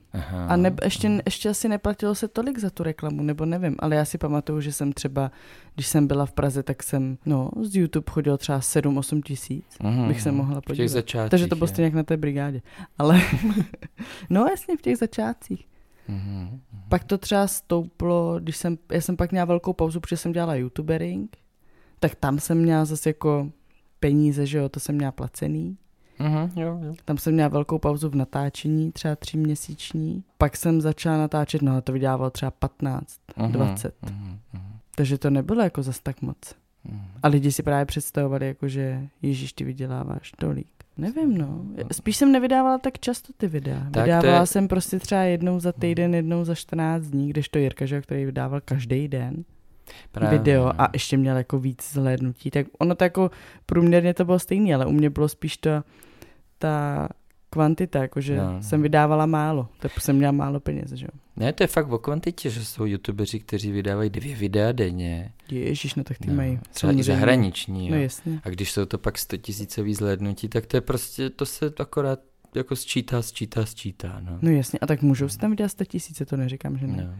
Aha. A ještě asi neplatilo se tolik za tu reklamu, nebo nevím, ale já si pamatuju, že jsem třeba, když jsem byla v Praze, tak jsem, z YouTube chodil třeba 7-8 tisíc, bych se mohla podívat. V těch začátcích. Takže to bylo stejně jak na té brigádě. Ale, jasně, v těch začátcích. Pak to třeba stouplo, já jsem pak měla velkou pauzu, protože jsem dělala youtubering, tak tam jsem měla zase jako peníze, že jo, to jsem měla placený. Jo. Tam jsem měla velkou pauzu v natáčení, třeba 3měsíční. Pak jsem začala natáčet, ale to vydávalo třeba 15, 20. Takže to nebylo jako zas tak moc. A lidi si právě představovali, jako že Ježíš, ty vyděláváš tolik. Nevím, Spíš jsem nevydávala tak často ty videa. Vydávala jsem prostě třeba jednou za týden, jednou za 14 dní, kdežto Jirka, že, který vydával každý den. Právě. Video a ještě měl jako víc zhlédnutí. Tak ono to jako průměrně to bylo stejný, ale u mě bylo spíš ta kvantita, jakože jsem vydávala málo. Tak jsem měla málo peněz, že jo. Ne, to je fakt o kvantitě, že jsou youtubeři, kteří vydávají 2 videa denně. Ježiš, tak ty mají. Třeba i zahraniční. No jasně. A když jsou to pak 100 000 zhlédnutí, tak to je prostě, to se akorát jako sčítá. No jasně, a tak můžou si tam vydat 100 000, to neříkám, že ne.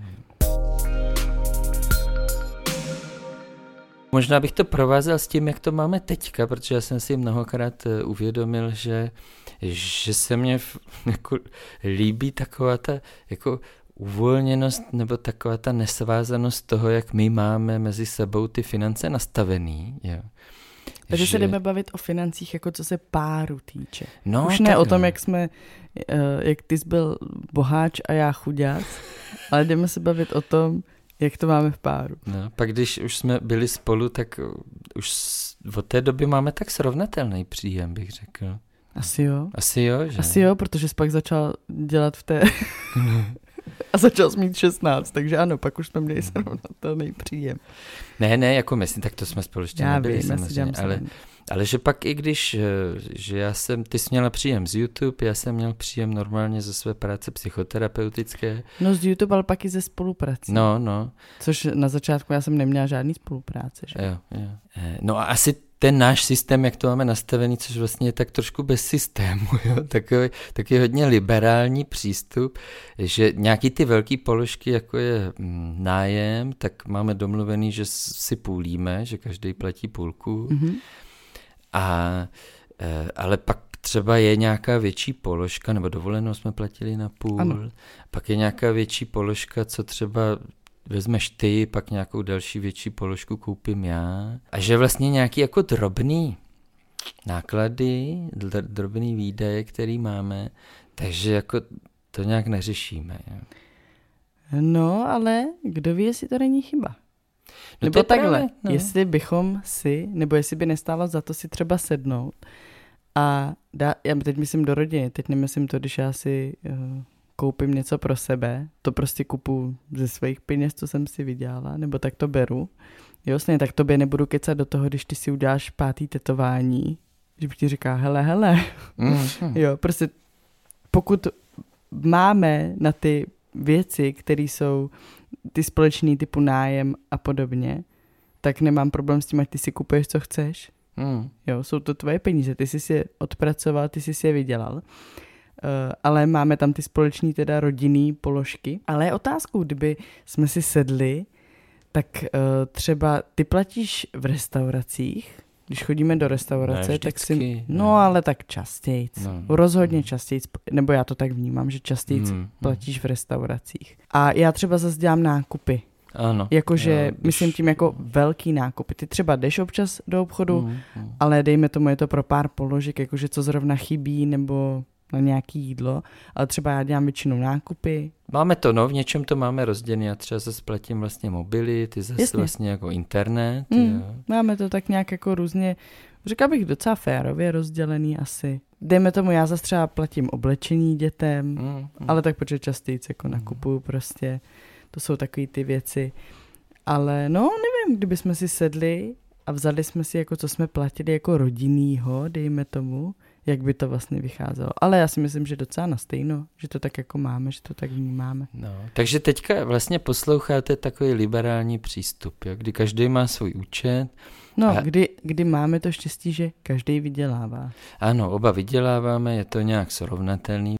Možná bych to provázel s tím, jak to máme teďka, protože já jsem si mnohokrát uvědomil, že se mně jako líbí taková ta jako uvolněnost nebo taková ta nesvázanost toho, jak my máme mezi sebou ty finance nastavený. Jo. Takže se jdeme bavit o financích, jako co se páru týče. No, už ne o tom, jak ty jsi byl boháč a já chuďák, ale jdeme se bavit o tom, jak to máme v páru. No, pak když už jsme byli spolu, tak už od té doby máme tak srovnatelný příjem, bych řekl. Asi jo, že? Asi jo, protože jsi pak začal dělat v té... a začal jsi mít 16, takže ano, pak už jsme měli srovnatelný příjem. Ne, jako myslím, tak to jsme spolu ještě nebyli samozřejmě, ale že pak i když, že ty jsi měla příjem z YouTube, já jsem měl příjem normálně ze své práce psychoterapeutické. No z YouTube, ale pak i ze spolupráce. No. Což na začátku já jsem neměla žádný spolupráce, že? Jo. No a asi ten náš systém, jak to máme nastavený, což vlastně je tak trošku bez systému, jo? Takový hodně liberální přístup, že nějaký ty velký položky, jako je nájem, tak máme domluvený, že si půlíme, že každý platí půlku. Ale pak třeba je nějaká větší položka, nebo dovolenou jsme platili na půl, ano. Pak je nějaká větší položka, co třeba vezmeš ty, pak nějakou další větší položku koupím já. A že vlastně nějaký jako drobný náklady, drobný výdaje, který máme, takže jako to nějak neřešíme. Jo. No, ale kdo ví, jestli to není chyba. No nebo takhle, jestli bychom nebo jestli by nestálo za to si třeba sednout a já teď myslím do rodiny, teď nemyslím to, když já si koupím něco pro sebe, to prostě kupuju ze svých peněz, co jsem si vydělala, nebo tak to beru. Jo, stejně tak tobě nebudu kecat do toho, když ty si uděláš 5. tetování, že bych ti říká, hele. Jo, prostě pokud máme na ty věci, které jsou ty společný typu nájem a podobně, tak nemám problém s tím, ať ty si kupuješ, co chceš. Jo, jsou to tvoje peníze, ty jsi si je odpracoval, ty jsi si je vydělal. Ale máme tam ty společný teda rodinný položky. Ale je otázkou, kdyby jsme si sedli, tak třeba ty platíš v restauracích, když chodíme do restaurace, tak si... No, ale tak častějc. Rozhodně častějc, nebo já to tak vnímám, že častějc platíš v restauracích. A já třeba zase dělám nákupy. Ano. Jakože, myslím tím jako velký nákupy. Ty třeba jdeš občas do obchodu, ale dejme tomu, je to pro pár položek, jakože co zrovna chybí, nebo na nějaké jídlo, ale třeba já dělám většinou nákupy. Máme to, v něčem to máme rozdělené. Já třeba zase platím vlastně mobily, ty zase vlastně jako internet. Jo. Máme to tak nějak jako různě, řekla bych docela férově rozdělený asi. Dejme tomu, já zase třeba platím oblečení dětem, ale tak počet častěji jako nakupuju prostě. To jsou takové ty věci. Ale nevím, kdybychom si sedli a vzali jsme si jako co jsme platili jako rodinnýho, dejme tomu, jak by to vlastně vycházelo. Ale já si myslím, že docela na stejno, že to tak jako máme, že to tak vnímáme. Takže teďka vlastně posloucháte takový liberální přístup, jo? Kdy každý má svůj účet. Kdy máme to štěstí, že každý vydělává. Ano, oba vyděláváme, je to nějak srovnatelný.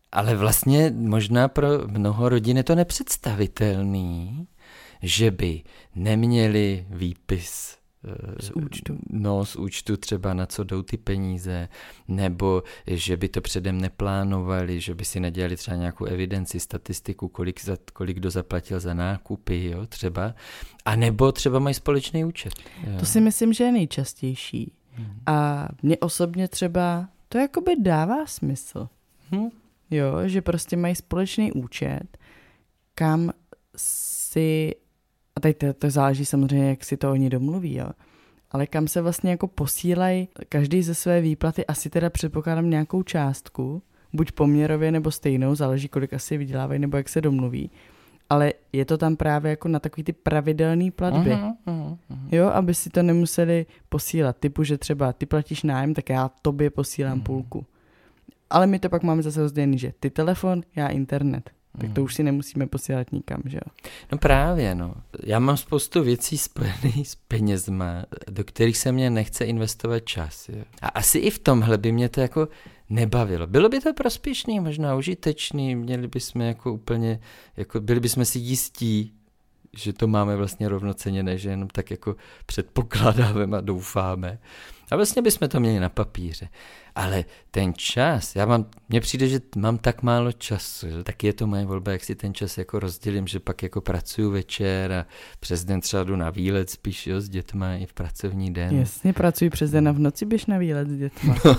Ale vlastně možná pro mnoho rodin je to nepředstavitelný, že by neměli výpis z účtu. No, z účtu třeba na co jdou ty peníze, nebo že by to předem neplánovali, že by si nedělali třeba nějakou evidenci, statistiku, kolik kdo zaplatil za nákupy, jo, třeba. A nebo třeba mají společný účet. Jo. To si myslím, že je nejčastější. A mně osobně třeba to jakoby dává smysl. Jo, že prostě mají společný účet, kam si, a teď to záleží samozřejmě, jak si to oni domluví, jo, ale kam se vlastně jako posílají každý ze své výplaty, asi teda předpokládám nějakou částku, buď poměrově nebo stejnou, záleží kolik asi vydělávají nebo jak se domluví, ale je to tam právě jako na takový ty pravidelný platby. Jo, aby si to nemuseli posílat, typu, že třeba ty platíš nájem, tak já tobě posílám půlku. Ale my to pak máme zase rozdělený, že ty telefon, já internet. Tak to už si nemusíme posílat nikam, že jo? No právě, no. Já mám spoustu věcí spojených s penězma, do kterých se mě nechce investovat čas. Jo. A asi i v tomhle by mě to jako nebavilo. Bylo by to prospěšný, možná užitečný, měli bychom jako úplně, jako byli bychom si jistí, že to máme vlastně rovnocenně, že jenom tak jako předpokládáme a doufáme. A vlastně bychom to měli na papíře. Ale ten čas, mně přijde, že mám tak málo času, že? Tak je to moje volba, jak si ten čas jako rozdělím, že pak jako pracuju večer a přes den třeba jdu na výlet spíš, jo, s dětma i v pracovní den. Jasně, pracuji přes den a v noci běž na výlet s dětma. No,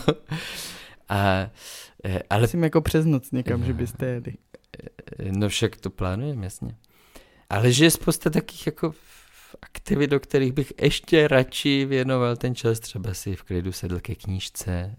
ale musím jako přes noc někam, že byste jeli. No však to plánujeme, jasně. Ale že je spousta takých jako aktivit, do kterých bych ještě radši věnoval ten čas, třeba si v klidu sedl ke knížce.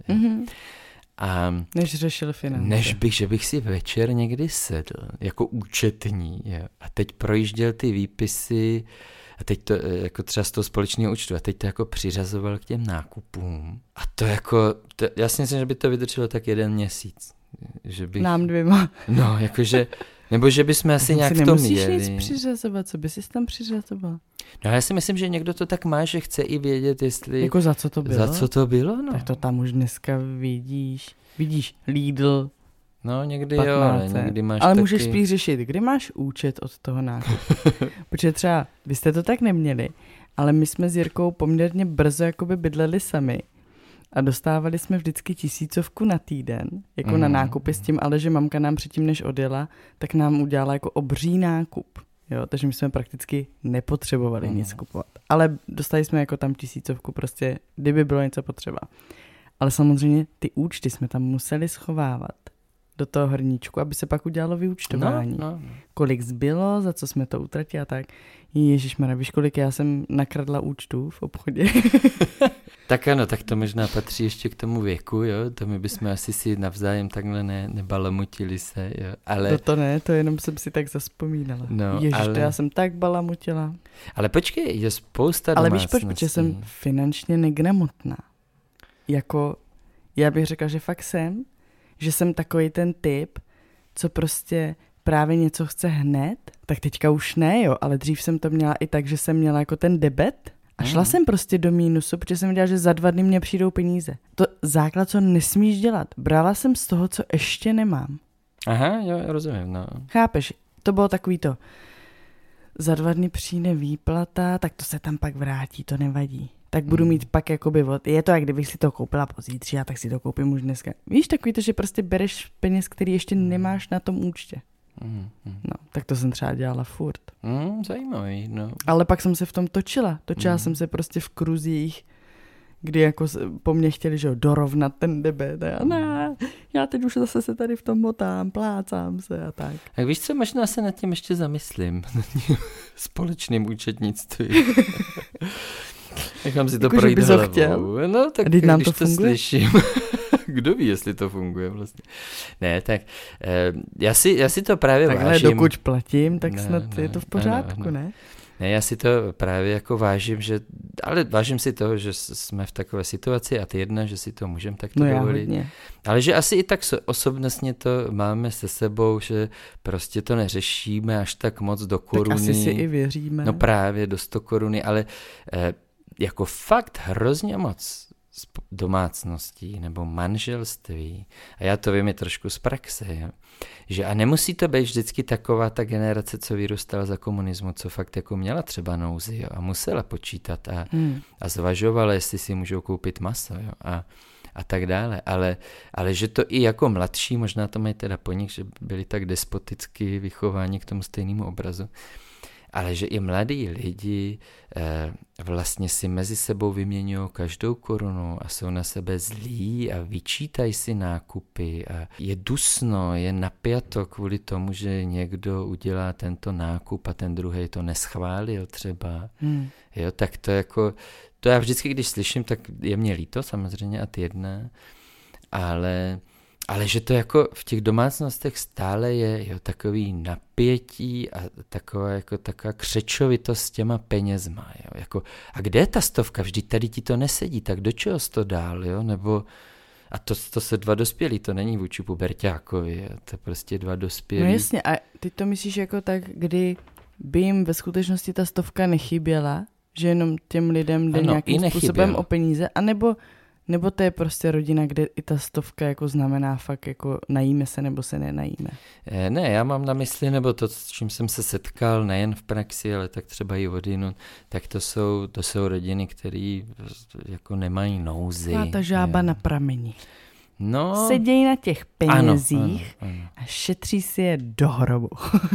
A než řešil finance. Než že bych si večer někdy sedl, jako účetní, jo, a teď projížděl ty výpisy, a teď to jako třeba z toho společného účtu, a teď to jako přiřazoval k těm nákupům. A to jako, já si myslím, že by to vydrželo tak 1 měsíc. Že bych, nám 2. No, jakože, nebo že bychom asi nějak v tom jeli. Nemusíš nic přiřazovat, co by jsi tam přiřazoval? No já si myslím, že někdo to tak má, že chce i vědět, jestli... Jako za co to bylo? Za co to bylo, no. Tak to tam už dneska vidíš. Vidíš, Lidl. No někdy 15. jo, ale někdy máš ale taky... můžeš spíš řešit, kdy máš účet od toho nákupu. Protože třeba, vy jste to tak neměli, ale my jsme s Jirkou poměrně brzo jakoby bydleli sami. A dostávali jsme vždycky 1000 na týden, jako na nákupy s tím, ale že mamka nám předtím, než odjela, tak nám udělala jako obří nákup. Jo, takže my jsme prakticky nepotřebovali nic kupovat. Ale dostali jsme jako tam 1000 prostě, kdyby bylo něco potřeba. Ale samozřejmě ty účty jsme tam museli schovávat do toho hrníčku, aby se pak udělalo vyúčtování. No. Kolik zbylo, za co jsme to utratili a tak. Ježišmarja, víš, kolik já jsem nakradla účtů v obchodě? Tak ano, tak to možná patří ještě k tomu věku, jo, to my bychom asi si navzájem takhle nebalamutili se, jo, ale... To ne, to jenom jsem si tak zaspomínala. No, Ježiš, ale... to já jsem tak balamutila. Ale počkej, je spousta ale domácností. víš, protože jsem finančně negramotná. Jako, já bych řekla, že fakt jsem, že jsem takový ten typ, co prostě právě něco chce hned, tak teďka už ne, jo, ale dřív jsem to měla i tak, že jsem měla jako ten debet a šla jsem prostě do mínusu, protože jsem věděla, že za 2 dny mě přijdou peníze. To základ, co nesmíš dělat. Brala jsem z toho, co ještě nemám. Aha, jo, rozumím, no. Chápeš, to bylo takový to, za 2 dny přijde výplata, tak to se tam pak vrátí, to nevadí. Tak budu mít pak jakoby, je to jak kdybych si to koupila pozítří, a tak si to koupím už dneska. Víš, takový to, že prostě bereš peněz, který ještě nemáš na tom účtě. No, tak to jsem třeba dělala furt. Zajímavý, no. Ale pak jsem se v tom točila. Točila jsem se prostě v kruzích, kdy jako po mně chtěli, že jo, dorovnat ten debet. A ne, já teď už zase se tady v tom motám, plácám se a tak. Tak víš co, možná se nad tím ještě zamyslím. Nad tím společným účetnictví. Nechám si to jako, projít hlavou. Chtěl? No, tak když nám to funguje? Slyším. Kdo ví, jestli to funguje vlastně. Ne, tak já si to právě takhle vážím. dokud platím, tak snad je to v pořádku, ne? Ne, já si to právě jako vážím, ale vážím si toho, že jsme v takové situaci a ty jedna, že si to můžeme takto dovolit. Hodně. Ale že asi i tak osobnostně to máme se sebou, že prostě to neřešíme až tak moc do koruny. Tak asi si i věříme. No právě do 100 koruny, ale jako fakt hrozně moc domácností nebo manželství, a já to vím i trošku z praxe, jo, že a nemusí to být vždycky taková ta generace, co vyrůstala za komunismu, co fakt jako měla třeba nouzi, jo, a musela počítat a zvažovala, jestli si můžou koupit maso, jo, a tak dále, ale že to i jako mladší, možná to mají teda po nich, že byli tak despoticky vychováni k tomu stejnému obrazu, ale že i mladí lidi vlastně si mezi sebou vyměňují každou korunu a jsou na sebe zlí a vyčítají si nákupy a je dusno, je napjato kvůli tomu, že někdo udělá tento nákup a ten druhý to neschválil třeba. Jo, tak to jako, to já vždycky, když slyším, tak je mě líto samozřejmě a jedna, ale že to jako v těch domácnostech stále je jo, takový napětí a taková křečovitost s těma penězma. Jo, jako, a kde je ta 100? Vždyť tady ti to nesedí, tak do čeho jsi to dál? Jo? Nebo, a to se 2 dospělí, to není vůči puberťákovi, jo? To je prostě 2 dospělí. No jasně, a ty to myslíš jako tak, kdy by jim ve skutečnosti ta 100 nechyběla, že jenom těm lidem jde nějakým způsobem o peníze, anebo to je prostě rodina, kde i ta 100 jako znamená fakt jako najíme se nebo se nenajíme? Ne, já mám na mysli, nebo to, s čím jsem se setkal, nejen v praxi, ale tak třeba i odjinud, tak to jsou rodiny, které jako nemají nouzi. A ta žába na prameni. No, sedějí na těch penězích ano. A šetří si je do hrobu.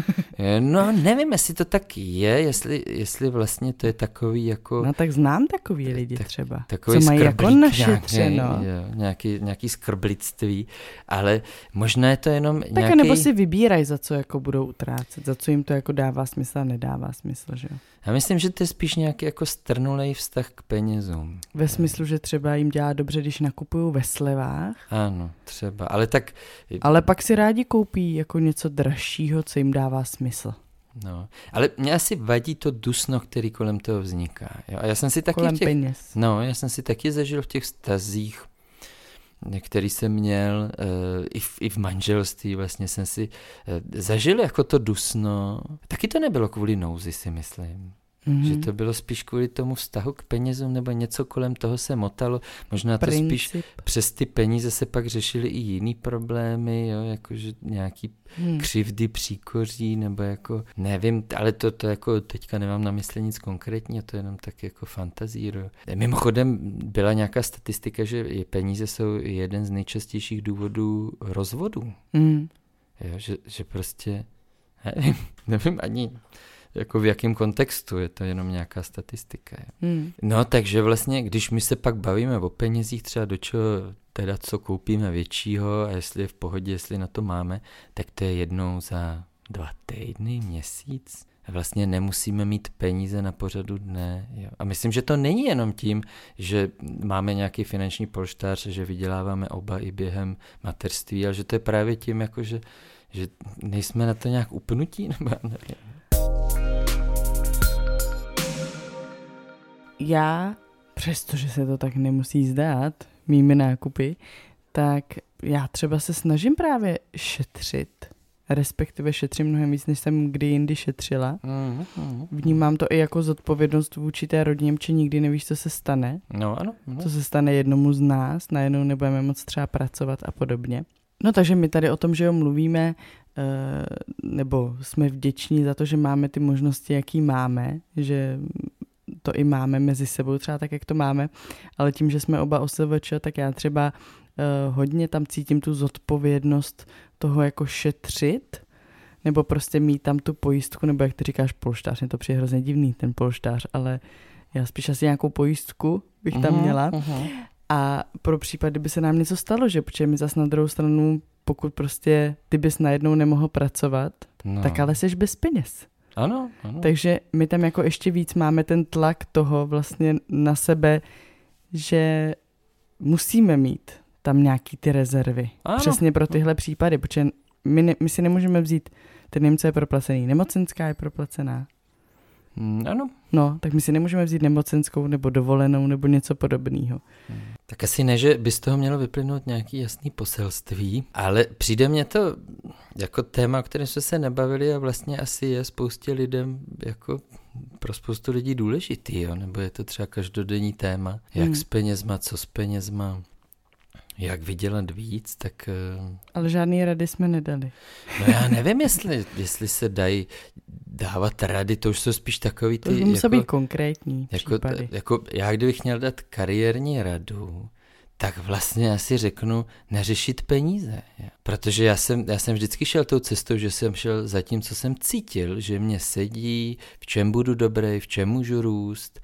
No, nevím, jestli to tak je, jestli vlastně to je takový jako... No tak znám takový lidi třeba, takový co mají jako našetřeno. Nějaký skrblictví, ale možná je to jenom tak nějaký... nebo si vybírají, za co jako budou utrácet, za co jim to jako dává smysl a nedává smysl, že jo? Já myslím, že to je spíš nějaký jako strnulej vztah k penězům. Ve smyslu, že třeba jim dělá dobře, když nakupují ve slevách. Ano, třeba, ale tak... Ale pak si rádi koupí jako něco dražšího, co jim dává smysl. No, ale mě asi vadí to dusno, který kolem toho vzniká. Jo? A já jsem si taky kolem peněz. No, já jsem si taky zažil v těch vztazích, který jsem měl, i v manželství vlastně jsem si zažil jako to dusno. Taky to nebylo kvůli nouzi, si myslím. Že to bylo spíš kvůli tomu vztahu k penězům nebo něco kolem toho se motalo. Možná to spíš přes ty peníze se pak řešily i jiný problémy, jo, jakože nějaký křivdy, příkoří, nebo jako, nevím, ale to jako teďka nemám na mysli nic konkrétního, to jenom tak jako fantazíru. Mimochodem byla nějaká statistika, že peníze jsou jeden z nejčastějších důvodů rozvodu. Jo, že prostě, nevím ani... jako v jakém kontextu, je to jenom nějaká statistika. No, takže vlastně, když my se pak bavíme o penězích, třeba do čeho teda co koupíme většího a jestli je v pohodě, jestli na to máme, tak to je jednou za 2 týdny, měsíc. A vlastně nemusíme mít peníze na pořadu dne. Jo. A myslím, že to není jenom tím, že máme nějaký finanční polštář, že vyděláváme oba i během mateřství, ale že to je právě tím, jako že nejsme na to nějak upnutí, nebo nevím. Já, přestože se to tak nemusí zdát, mými nákupy, tak já třeba se snažím právě šetřit, respektive šetřím mnohem víc, než jsem kdy jindy šetřila. Vnímám to i jako zodpovědnost vůči té rodině, protože nikdy nevíš, co se stane. No, ano. Co se stane jednomu z nás, najednou nebudeme moc třeba pracovat a podobně. No takže my tady o tom, že jo, mluvíme, nebo jsme vděční za to, že máme ty možnosti, jaký máme, že to i máme mezi sebou třeba tak, jak to máme, ale tím, že jsme oba OSVČ, tak já třeba hodně tam cítím tu zodpovědnost toho jako šetřit, nebo prostě mít tam tu pojistku, nebo jak ty říkáš polštář, mě to přijde hrozně divný ten polštář, ale já spíš asi nějakou pojistku bych tam měla. A pro případ, kdyby se nám něco stalo, že protože mi zas na druhou stranu, pokud prostě ty bys najednou nemohl pracovat, tak ale seš bez peněz. Ano. Takže my tam jako ještě víc máme ten tlak toho vlastně na sebe, že musíme mít tam nějaký ty rezervy. Ano. Přesně pro tyhle případy, protože my si nemůžeme vzít, ten Němce je proplacený, nemocenská je proplacená. Ano. No, tak my si nemůžeme vzít nemocenskou nebo dovolenou nebo něco podobného. Tak asi ne, že by z toho mělo vyplynout nějaký jasný poselství, ale přijde mně to jako téma, o kterém jsme se nebavili a vlastně asi je spoustě lidem jako pro spoustu lidí důležitý, jo? Nebo je to třeba každodenní téma, jak s penězma, co s penězma, jak vydělat víc, tak... Ale žádný rady jsme nedali. No já nevím, jestli se dají dávat rady, to už jsou spíš takový ty... To musí být konkrétní případy. Jako já kdybych měl dát kariérní radu, tak vlastně asi řeknu neřešit peníze. Protože já jsem vždycky šel tou cestou, že jsem šel za tím, co jsem cítil, že mě sedí, v čem budu dobrý, v čem můžu růst,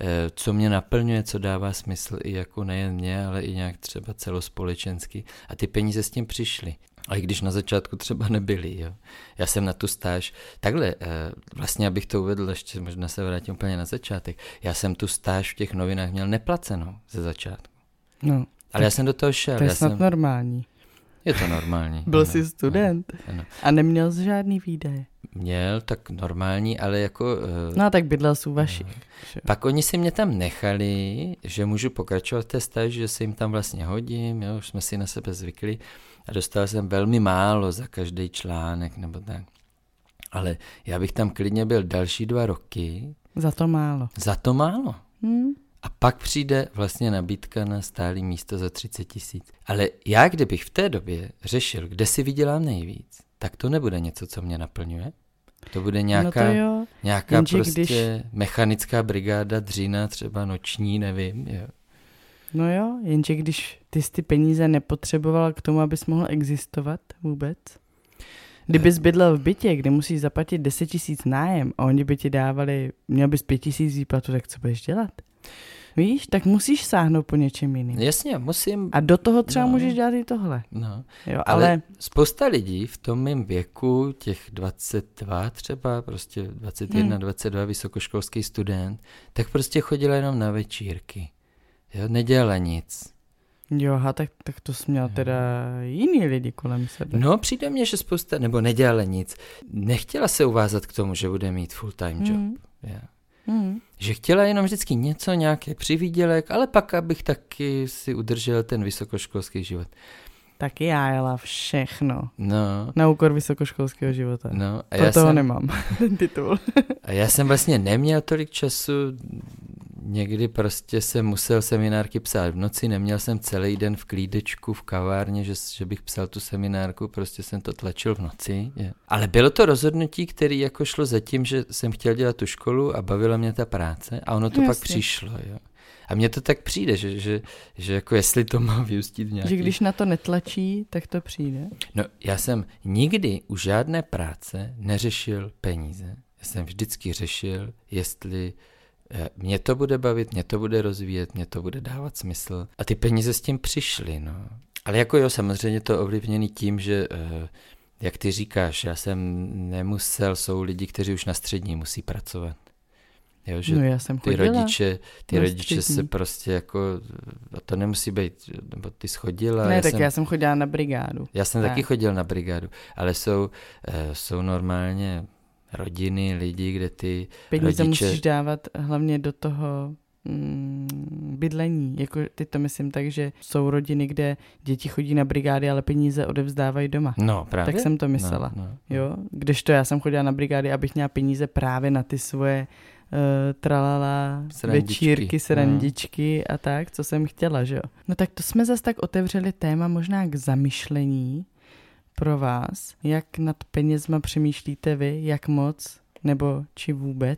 co mě naplňuje, co dává smysl i jako nejen mě, ale i nějak třeba celospolečensky. A ty peníze s tím přišly. A i když na začátku třeba nebyly. Jo. Já jsem na tu stáž, takhle, vlastně abych to uvedl, ještě možná se vrátím úplně na začátek, já jsem tu stáž v těch novinách měl neplacenou ze začátku. No, ale já jsem do toho šel. To je snad normální. Je to normální. Byl jsi student a neměl jsi žádný výdaje. Měl, tak normální, ale jako... No tak bydlel jsi u vašich. Pak oni si mě tam nechali, že můžu pokračovat v té stáži, že se jim tam vlastně hodím, jo, už jsme si na sebe zvykli a dostal jsem velmi málo za každý článek nebo tak. Ale já bych tam klidně byl další 2 roky. Za to málo. Za to málo. A pak přijde vlastně nabídka na stálý místo za 30 000. Ale já, kdybych v té době řešil, kde si vydělám nejvíc, tak to nebude něco, co mě naplňuje. To bude nějaká prostě mechanická brigáda dřína, třeba noční, nevím. Jo. No jo, jenže když ty jsi ty peníze nepotřeboval k tomu, abys mohl existovat vůbec. Kdybys bydlel v bytě, kde musíš zaplatit 10 000 nájem a oni by ti dávali, měl bys 5 000 výplatu, tak co budeš dělat? Víš, tak musíš sáhnout po něčem jiným. Jasně, musím. A do toho třeba můžeš dělat i tohle. No. Jo, ale spousta lidí v tom mém věku, těch 22 třeba, prostě 21, 22, vysokoškolský student, tak prostě chodila jenom na večírky. Jo, nedělala nic. Jo, tak to jsi měl teda jiný lidi kolem sebe. No, přijde mně, že spousta, nebo nedělala nic. Nechtěla se uvázat k tomu, že bude mít full-time job. Yeah. Že chtěla jenom vždycky něco, nějaký přivýdělek, ale pak, abych taky si udržel ten vysokoškolský život. Taky já jela všechno. No. Na úkor vysokoškolského života. No, a já toho nemám, ten titul. A já jsem vlastně neměl tolik času, někdy prostě jsem musel seminárky psát v noci, neměl jsem celý den v klídečku, v kavárně, že bych psal tu seminárku, prostě jsem to tlačil v noci. Je. Ale bylo to rozhodnutí, které jako šlo za tím, že jsem chtěl dělat tu školu a bavila mě ta práce a ono to pak přišlo. Jo. A mně to tak přijde, že jako jestli to má vyústit v nějaký... Že když na to netlačí, tak to přijde? No, já jsem nikdy u žádné práce neřešil peníze. Já jsem vždycky řešil, jestli mě to bude bavit, mě to bude rozvíjet, mě to bude dávat smysl. A ty peníze s tím přišly, no. Ale jako jo, samozřejmě to ovlivněný tím, že, jak ty říkáš, já jsem nemusel, jsou lidi, kteří už na střední musí pracovat. Jo, že no já jsem chodila. Ty rodiče se prostě jako, to nemusí být, nebo ty jsi chodila. Ne, já jsem chodila na brigádu. Já jsem taky chodil na brigádu, ale jsou normálně rodiny, lidi, kde ty peníze rodiče... musíš dávat hlavně do toho bydlení. Jako ty to myslím tak, že jsou rodiny, kde děti chodí na brigády, ale peníze odevzdávají doma. No, právě. Tak jsem to myslela. No. Jo? Kdežto já jsem chodila na brigády, abych měla peníze právě na ty svoje tralala, večírky, srandičky a tak, co jsem chtěla, že jo. No tak to jsme zase tak otevřeli téma možná k zamyšlení pro vás, jak nad penězma přemýšlíte vy, jak moc, nebo či vůbec.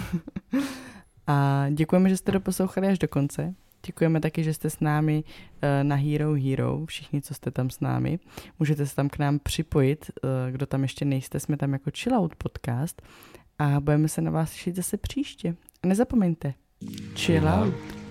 A děkujeme, že jste doposlouchali až do konce. Děkujeme taky, že jste s námi na Hero, všichni, co jste tam s námi. Můžete se tam k nám připojit, kdo tam ještě nejste, jsme tam jako Chill Out podcast a budeme se na vás těšit zase příště. A nezapomeňte, Chill Out.